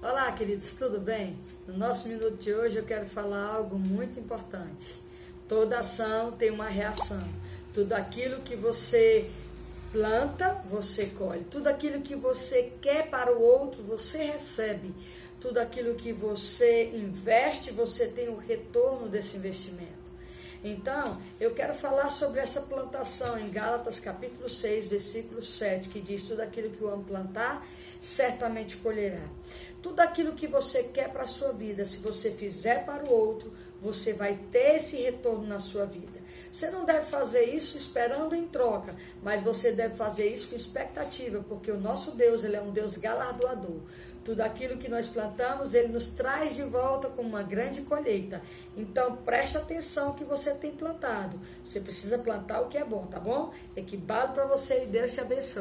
Olá, queridos, tudo bem? No nosso minuto de hoje eu quero falar algo muito importante. Toda ação tem uma reação. Tudo aquilo que você planta, você colhe. Tudo aquilo que você quer para o outro, você recebe. Tudo aquilo que você investe, você tem o retorno desse investimento. Então, eu quero falar sobre essa plantação em Gálatas capítulo 6, versículo 7, que diz: tudo aquilo que o homem plantar, certamente colherá. Tudo aquilo que você quer para a sua vida, se você fizer para o outro, você vai ter esse retorno na sua vida. Você não deve fazer isso esperando em troca, mas você deve fazer isso com expectativa, porque o nosso Deus, ele é um Deus galardoador. Tudo aquilo que nós plantamos, ele nos traz de volta com uma grande colheita. Então, preste atenção no que você tem plantado. Você precisa plantar o que é bom, tá bom? Equibalo para você e Deus te abençoe.